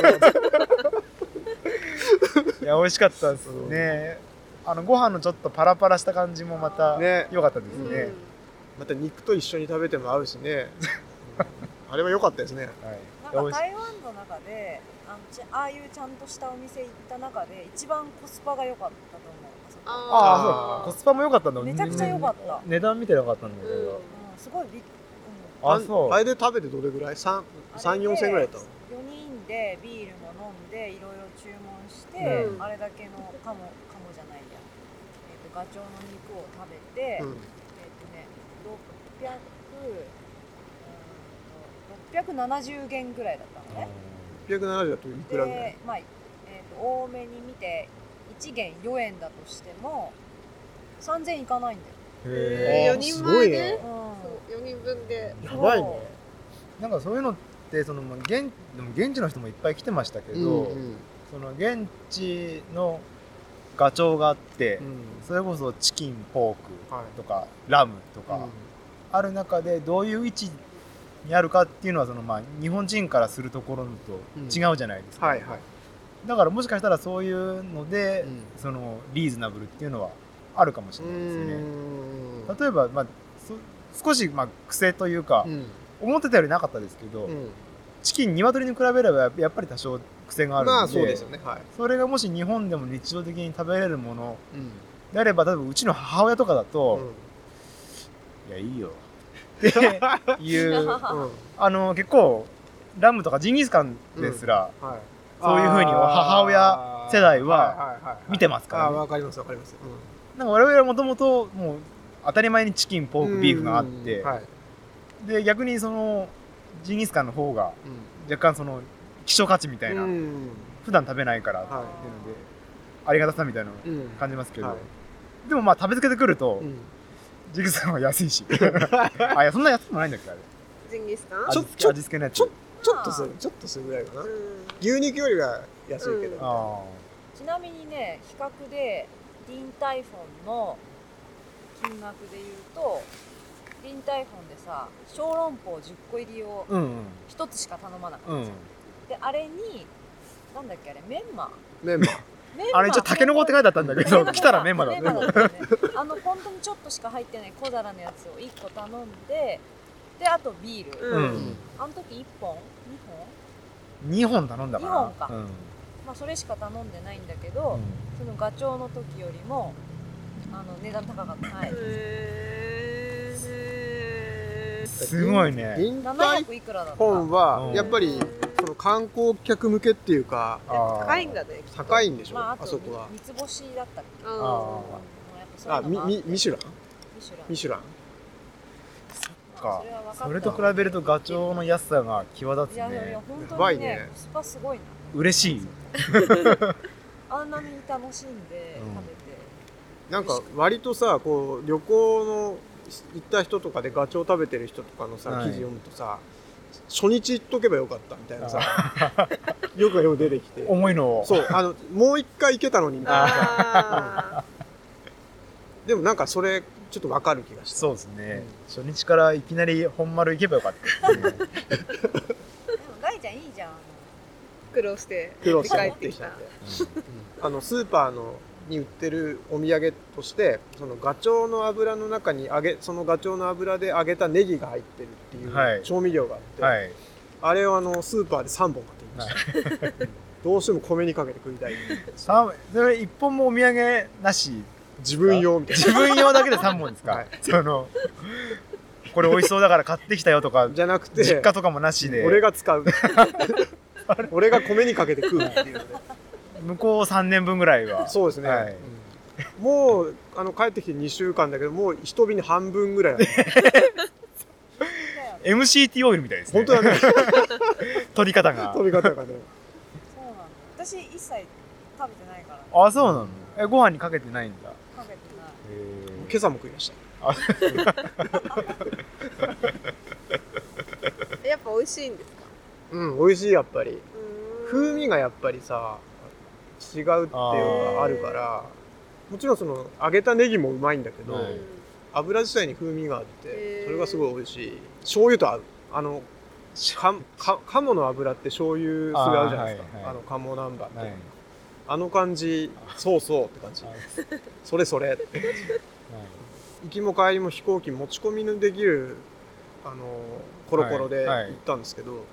や美味しかったですね。ご飯のちょっとパラパラした感じもまた良かったですね。 また肉と一緒に食べても合うしねあれは良かったですね。 なんか台湾の中でああいうちゃんとしたお店行った中で一番コスパが良かったと思う。 ああ、そう、コスパも良かったんだ。 めちゃくちゃ良かった。 値段見てなかったんだけど、 すごいあれで食べてどれぐらい？3、4千円ぐらいだったの ？4人でビールも飲んでいろいろ注文して、あれだけのカモじゃないや、ガチョウの肉を食べて、670元ぐらいだったのね。 670だといくらぐらい？ まあ多めに見て1元4円だとしても3000いかないんだよ。4人前で、4人分でやばいね。 なんかそういうのってその現地の人もいっぱい来てましたけど、その現地のガチョウがあって、それこそチキン、ポークとか、ラムとかある中でどういう位置にあるかっていうのはその日本人からするところと違うじゃないですか。だからもしかしたらそういうので、そのリーズナブルっていうのはあるかもしれないですよね。例えば、少し癖というか、思ってたよりなかったですけど、チキン、鶏に比べればやっぱり多少癖があるので、 そうですよね。 それがもし日本でも日常的に食べれるものであれば、例えばうちの母親とかだと、いやいいよっていう結構ラムとかジンギスカンですら、そういうふうに母親世代は見てますからね。 わかりますわかります。 なんか我々はもともともう当たり前にチキン、ポーク、ビーフがあって、で逆にそのジンギスカンの方が若干その希少価値みたいな、普段食べないからっていうので、ありがたさみたいなのを感じますけど、でもまあ食べつけてくると、ジグさんは安いしいや、そんな安くもないんだっけ、あれジンギスカン味付けのやつちょっとするぐらいかな、牛肉よりは安いけど、 ちなみにね、比較でディンタイフォンの金額で言うと、ディンタイフォンでさ、小籠包10個入りを1つしか頼まなかったじゃん、であれになんだっけ、あれメンマあれ一応タケノコって書いてあったんだけど、来たらメンマだったね。 本当にちょっとしか入ってない小皿のやつを1個頼んで、であとビール、あの時1本 2本頼んだかな。 2本か、まあそれしか頼んでないんだけど、そのガチョウの時よりも値段高かった。 すごいね。 700いくらだった。 本はやっぱりその観光客向けっていうか、 高いんだね。 高いんでしょ、 あそこは。 三つ星だったっけ。 ミシュラン。 それと比べるとガチョウの安さが際立つね。 いや本当にね、コスパすごいな。 嬉しい。 あんなに楽しんで食べて。 なんか割とさ、こう旅行の行った人とかでガチョウ食べてる人とかのさ、記事読むとさ、初日行っとけばよかったみたいなさ、よく出てきて、 重いのを、 そうもう一回行けたのにみたいなさ。でもなんかそれちょっと分かる気がして。 そうですね、初日からいきなり本丸行けばよかった。でもガイちゃんいいじゃん。 苦労して帰ってきたんで、スーパーに売ってるお土産として、そのガチョウの油の中にそのガチョウの油で揚げたネギが入ってるっていう調味料があって、あれをスーパーで3本買ってきました。どうしても米にかけて食いたい。 それ1本もお土産なし、 自分用みたいな。 自分用だけで3本ですか。これ美味しそうだから買ってきたよとかじゃなくて、 実家とかもなしで俺が使う。俺が米にかけて食うっていうので。 向こう3年分ぐらいは。 そうですね、もう帰ってきて2週間だけど、もう一瓶半分ぐらい MCT オイルみたいですね。 本当だね。 取り方がね。 そうなの。私一切食べてないから。 あ、そうなの。ご飯にかけてないんだ。 かけてない。 今朝も食いました。 やっぱ美味しいんですか？ 美味しい、やっぱり。風味がやっぱりさ、違うっていうのがあるから、もちろんその揚げたネギもうまいんだけど、油自体に風味があって、それがすごい美味しい。醤油と合う。鴨の油って醤油するあるじゃないですか。鴨南蛮って、あの感じ、そうって感じ。それ行きも帰りも飛行機持ち込みのできるコロコロで行ったんですけど、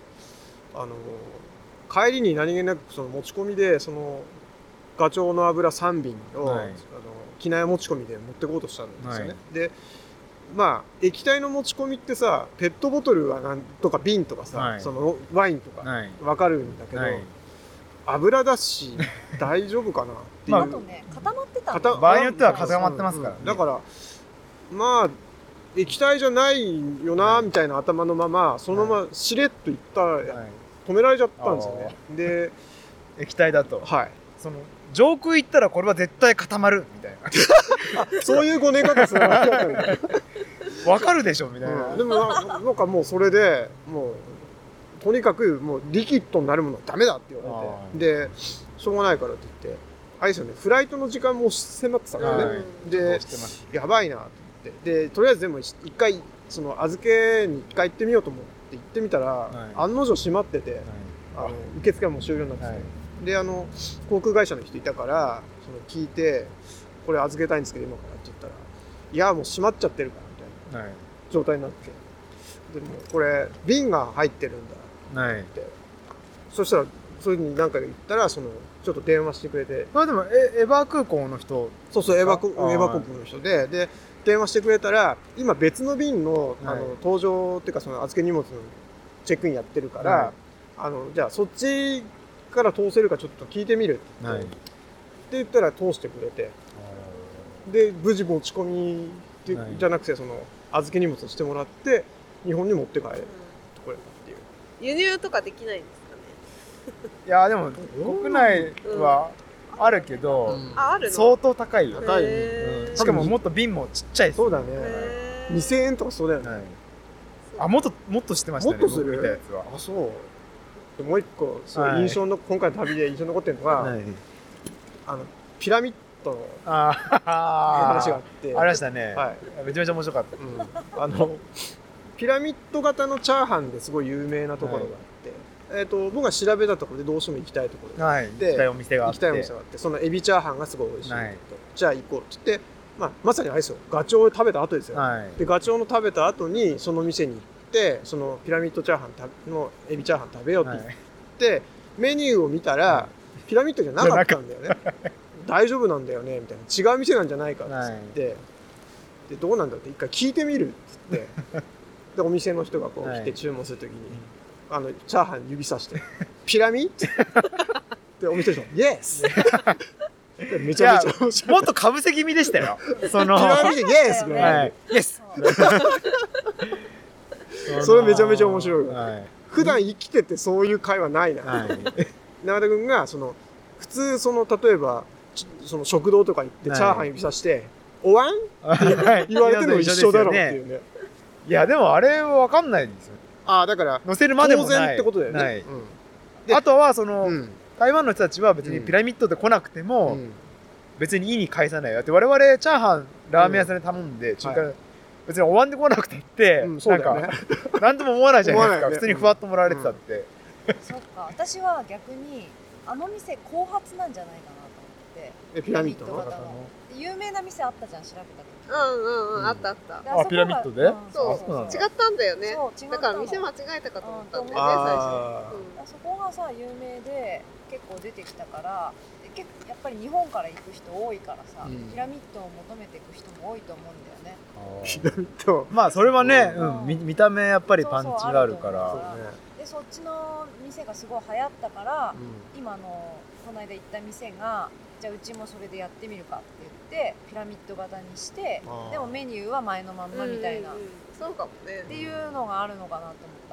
帰りに何気なくその持ち込みでそのガチョウの油3瓶を機内持ち込みで持ってこうとしたんですよね。で、まあ液体の持ち込みってさ、ペットボトルはなんとか瓶とかさ、そのワインとか分かるんだけど、油だし大丈夫かなっていう。 あとね、固まってた。 場合によっては固まってますからね。 だからまあ液体じゃないよなみたいな頭のまま、そのまましれっといったら止められちゃったんですよね。で、 液体だと、その上空行ったらこれは絶対固まるみたいな。 そういうごね方するわかるでしょみたいな。 でもなんかもうそれでもうとにかくもうリキッドになるものはダメだって言われて、でしょうがないからって言って、あれですよね、フライトの時間も迫ってたからね。で、やばいなって言って、でとりあえずでも一回その預けに一回行ってみようと思って行ってみたら、案の定閉まってて、受付はもう終了になってて、で航空会社の人いたからその聞いて、これ預けたいんですけど今からって言ったら、いやもう閉まっちゃってるからみたいな状態になって、でもこれ瓶が入ってるんだって、そしたらそういうふうに何回か言ったら、そのちょっと電話してくれて、 でもエバー空港の人、 そうエバ航空の人で電話してくれたら、今別の便の搭乗っていうかその預け荷物のチェックインやってるから、じゃあそっちから通せるかちょっと聞いてみるって言ったら通してくれて、で無事持ち込みじゃなくてその預け荷物をしてもらって日本に持って帰れてこれたっていう。 輸入とかできないんですかね。 いやでも国内はあるけど、 あるの相当高いよ。 高いね、 しかももっと瓶もちっちゃい。 そうだね、2000円とかそうだよね、 あ、もっとしてましたね。 もっとする僕見たやつは。 あ、そうもう一個印象の今回の旅で印象に残ってるのが、ピラミッドの話があって、 ありましたね、めちゃめちゃ面白かった、 ピラミッド型のチャーハンですごい有名なところがあって、僕が調べたところでどうしても行きたいところがあって、 行きたいお店があって、 そのエビチャーハンがすごい美味しいと、じゃあ行こうって言って、まさにあれですよ、ガチョウを食べた後ですよ、でガチョウの食べた後にその店に行ってそのピラミッドチャーハンのエビチャーハン食べようって言って、メニューを見たら、ピラミッドじゃなかったんだよね大丈夫なんだよねみたいな、違う店なんじゃないかって言って、でどうなんだって一回聞いてみるって言ってでお店の人がこう来て注文するときに、チャーハン指さしてピラミッドでお店の人イエスめちゃめちゃ面白い。 もっとかぶせ気味でしたよ。そのピラミッドイエスぐらい、 イエスそれめちゃめちゃ面白い。普段生きててそういう会話ないな。永田君が普通例えばその食堂とか行ってチャーハン指さしておわんって言われてるの一緒だろうっていうね。 いやでもあれは分かんないんですよ。 だから乗せるまでもない当然ってことだよね。 あとは台湾の人たちは別にピラミッドで来なくても別に意に介さないよって、我々チャーハンラーメン屋さんで頼んで中華別におわんで来なくてってなんか何とも思わないじゃないですか。普通にふわっともらわれてたって。 そっか、私は逆に店後発なんじゃないかなと思って。 ピラミッド型の有名な店あったじゃん、調べた時。 あったあった。 ピラミッドで？ そう違ったんだよね。だから店間違えたかと思ったんだよね、最初。 そこがさ有名で結構出てきたから、やっぱり日本から行く人多いからさ、ピラミッドを求めていく人も多いと思うんだよね。 ピラミッド、 まあそれはね、見た目やっぱりパンチがあるから。 でそっちの店がすごい流行ったから、今のこの間行った店がじゃあうちもそれでやってみるかって言ってピラミッド型にして、でもメニューは前のまんまみたいな、 そうかもねっていうのがあるのかなと思った。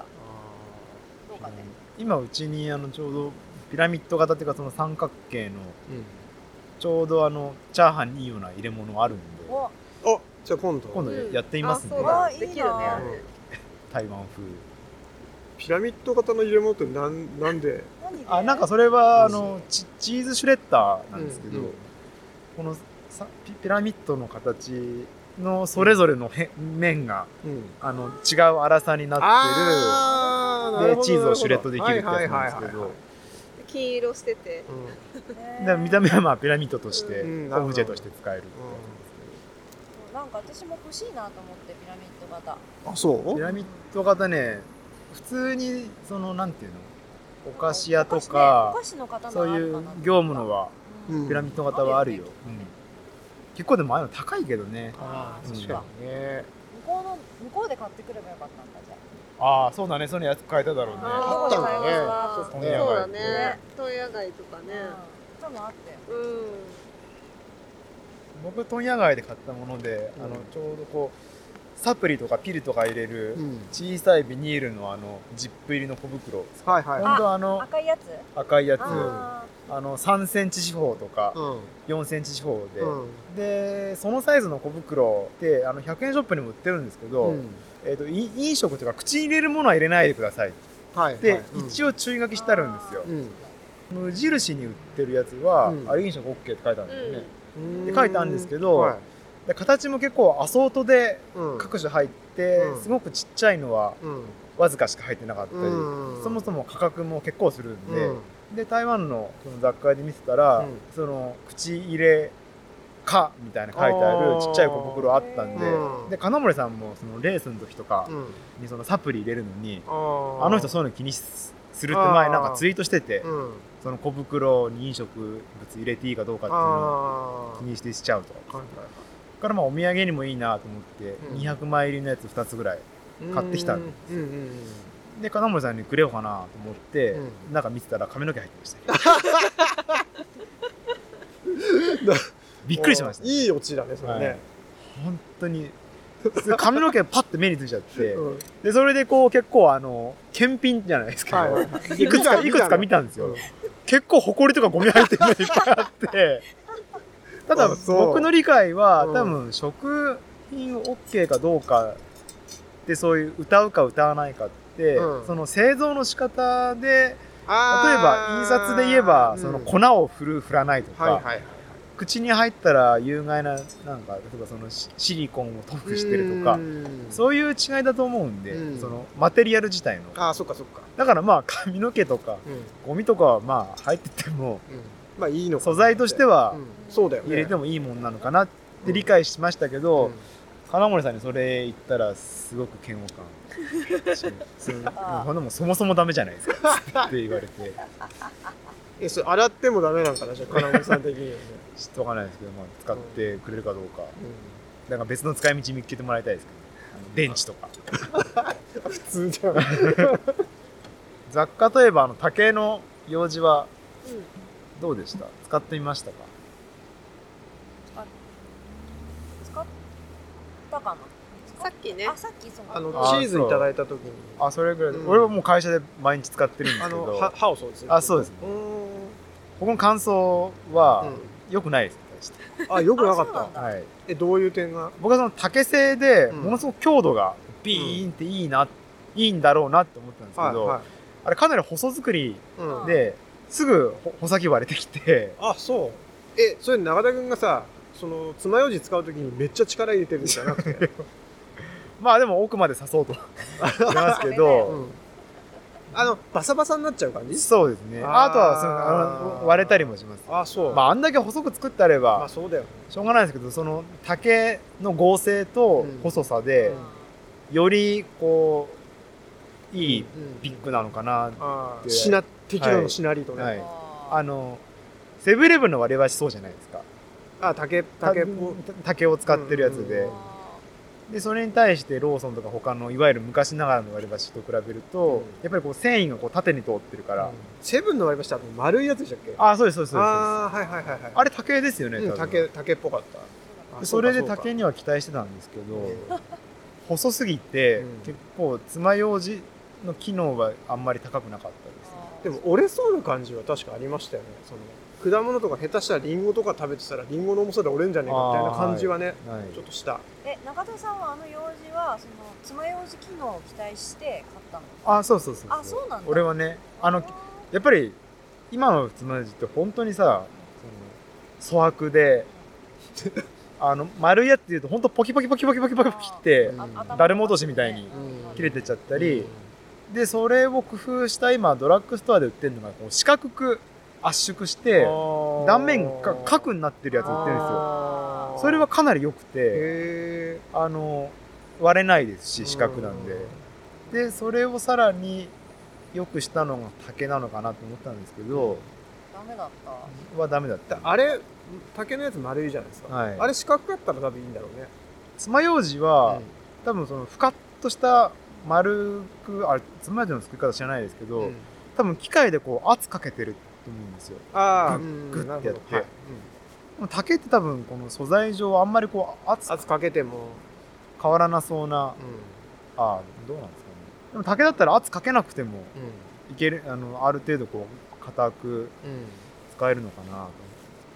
どうかね。 今うちにちょうどピラミッド型っていうかその三角形の、ちょうどチャーハンにいいような入れ物あるんで、 じゃあ今度やってみますんで。 できるね。 台湾風ピラミッド型の入れ物ってなんで？ なんかそれはチーズシュレッダーなんですけど、このピラミッドの形のそれぞれの面が違う粗さになってるでチーズをシュレッドできるってやつなんですけど、 金色してて見た目はピラミッドとしてオブジェとして使えるってやつなんですけど、なんか私も欲しいなと思ってピラミッド型。 あ、そう？ ピラミッド型ね、普通になんていうの、お菓子屋とかそういう業務のはピラミッド型はあるよ。結構でもああいうの高いけどね。 確かにね。 向こうで買ってくればよかったんだじゃあ。そうだね、そういうの安く買えただろうね。 あったんだね。 そうだね。問屋街とかね。 多分あったよ。 僕問屋街で買ったもので、ちょうどこうサプリとかピルとか入れる小さいビニールのジップ入りの小袋。 はいはい。 本当赤いやつ？ 赤いやつ。3センチ四方とか4センチ四方で、そのサイズの小袋って100円ショップにも売ってるんですけど、飲食というか口に入れるものは入れないでくださいって一応注意書きしてあるんですよ。無印に売ってるやつは飲食 OK って書いてあるんですよね。で書いてあるんですけど、形も結構アソートで各種入ってすごくちっちゃいのはわずかしか入ってなかったり、そもそも価格も結構するんで、台湾のその雑貨屋で見せたらその口入れかみたいな書いてあるちっちゃい小袋あったんで、金森さんもそのレースの時とかにそのサプリ入れるのに人そういうの気にするって前なんかツイートしてて、その小袋に飲食物入れていいかどうかっていうのを気にしてしちゃうと。からお土産にもいいなと思って200枚入りのやつ2つぐらい買ってきたんですよ。で金森さんにくれようかなと思って中見てたら髪の毛入ってましたびっくりしました。 いいオチだねそれね。 本当に髪の毛パッて目についちゃって、でそれでこう結構検品じゃないですか、いくつか見たんですよ。結構ホコリとかゴミ入ってるのいっぱいあって、ただ僕の理解は多分食品 OK かどうかで、そういう歌うか歌わないかって、その製造の仕方で、例えば印刷で言えばその粉を振らないとか、口に入ったら有害ななんか例えばそのシリコンを塗布してるとか、そういう違いだと思うんで、そのマテリアル自体の。 そっかそっか。 だからまあ髪の毛とかゴミとかはまあ入ってても、 まあいいのか素材としてはそうだよね、 入れてもいいもんなのかなって理解しましたけど、金森さんにそれ言ったらすごく嫌悪感もそもそもダメじゃないですかって言われてそれ洗ってもダメなんかな、じゃあ金森さん的にはね。 知ってわかんないですけど、まあ、使ってくれるかどうか、だから別の使い道見つけてもらいたいですけど、電池とか普通じゃん。 雑貨といえば竹のようじはどうでした？使ってみましたか？ 使ったかな。 さっきね、 さっきそのチーズいただいた時に、 それぐらいで、俺はもう会社で毎日使ってるんですけど、 歯をそうですね。 そうですね。僕の感想は良くないです。 良くなかった。 はい。 どういう点が？ 僕はその竹製でものすごく強度がビーンっていいんだろうなって思ったんですけど、あれかなり細作りですぐ穂先割れてきて。 そう。それ永田君がさ、その爪楊枝使う時にめっちゃ力入れてるんじゃなくて。 まあでも奥まで刺そうとしますけど、 バサバサになっちゃう感じ？ そうですね。あとは割れたりもします。 そう。 まああんだけ細く作ってあれば、 そうだよ。 しょうがないですけど、その竹の合成と細さでよりこういいピックなのかなって。 適度のしなりとね。 セブンイレブンの割り箸そうじゃないですか。竹を使ってるやつで。でそれに対してローソンとか他のいわゆる昔ながらの割り箸と比べると、やっぱりこう繊維がこう縦に通ってるから。 セブンの割り箸って丸いやつでしたっけ？ そうですそうです。あれ竹ですよね。 竹っぽかった。 それで竹には期待してたんですけど、細すぎて結構爪楊枝の機能があんまり高くなかったです。でも折れそうな感じは確かありましたよね。その果物とか下手したらリンゴとか食べてたらリンゴの重さで折れんじゃねえかみたいな感じはね、ちょっとした。 中田さんはようじはその爪楊枝機能を期待して買ったの？ そう。 そうなんだ。 俺はね、やっぱり今の爪楊枝って本当にさ、粗悪で丸いやつっていうと本当ポキポキポキポキポキポキってだるま落としみたいに切れてっちゃったり、でそれを工夫した今ドラッグストアで売ってるのがこう四角く圧縮して断面が角になってるやつ売ってるんですよ。それはかなり良くて割れないですし四角なんで、それをさらに良くしたのが竹なのかなと思ったんですけど、 ダメだった。 あれ竹のやつ丸いじゃないですか。あれ四角かったら多分いいんだろうね。 爪楊枝は多分そのふかっとした丸く爪楊枝の作り方知らないですけど、多分機械でこう圧かけてると思うんですよ。グッてやって、竹って多分この素材上あんまりこう圧かけても変わらなそうな、どうなんですかね。でも竹だったら圧かけなくてもいける、ある程度こう硬く使えるのかなと思って。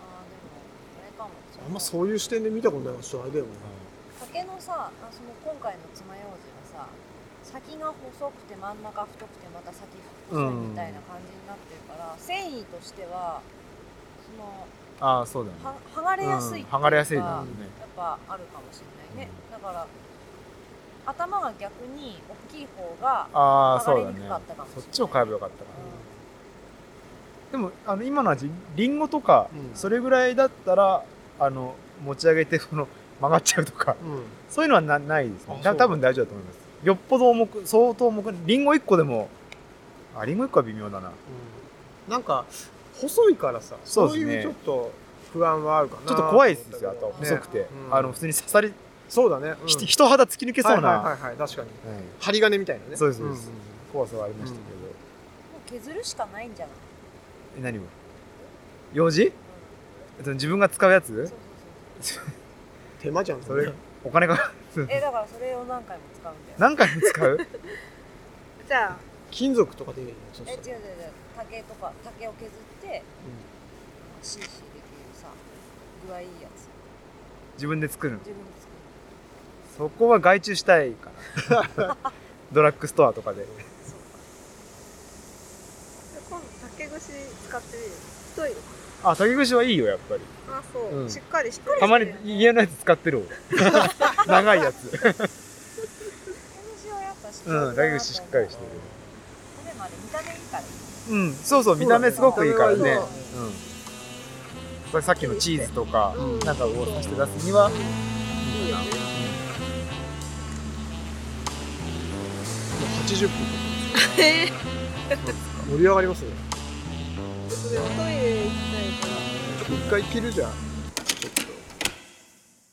あんまそういう視点で見たことない人あれだよね。 竹のさ、その今回の爪楊枝はさ、先が細くて真ん中太くてまた先細いみたいな感じになってるから、繊維としてはそうだね。 剥がれやすいっていうか、 剥がれやすいだね。 やっぱあるかもしれないね。だから頭が逆に大きい方が剥がれにくかったかもしれない。 そっちを買えばよかったかな。でも今の味リンゴとかそれぐらいだったら持ち上げて曲がっちゃうとか、そういうのはないですね。多分大丈夫だと思います。よっぽど相当重く、リンゴ1個でもリンゴ1個は微妙だな。 なんか細いからさ、そういうちょっと不安はあるかな。 ちょっと怖いですよ。あと細くて普通に刺さり、 そうだね、 人肌突き抜けそうな、 確かに針金みたいなね。 そうです。怖さはありましたけど、 もう削るしかないんじゃない？ 何を？楊枝？自分が使うやつ？ 手間じゃんそれ。 お金がだからそれを何回も使うんだよ。 何回も使うじゃあ金属とかでいいの？そう違う竹とか竹を削って、シーシーできるさ具合いいやつ自分で作るの？ 自分で作る。 そこは外注したいかなドラッグストアとかで。 今度竹串使ってみる。太いの？ あ、竹串はいいよやっぱり。 あ、そう、しっかりしてる。 たまに家のやつ使ってる長いやつ。 竹串はやっぱしっかりしてる。 竹串しっかりしてる。 これまで見た目いいから。 そうそう、見た目すごくいいからね。これさっきのチーズとかなんかをさして出すにはいいかな。 80分盛り上がりますね。 トイレ行きたいから一回切るじゃん。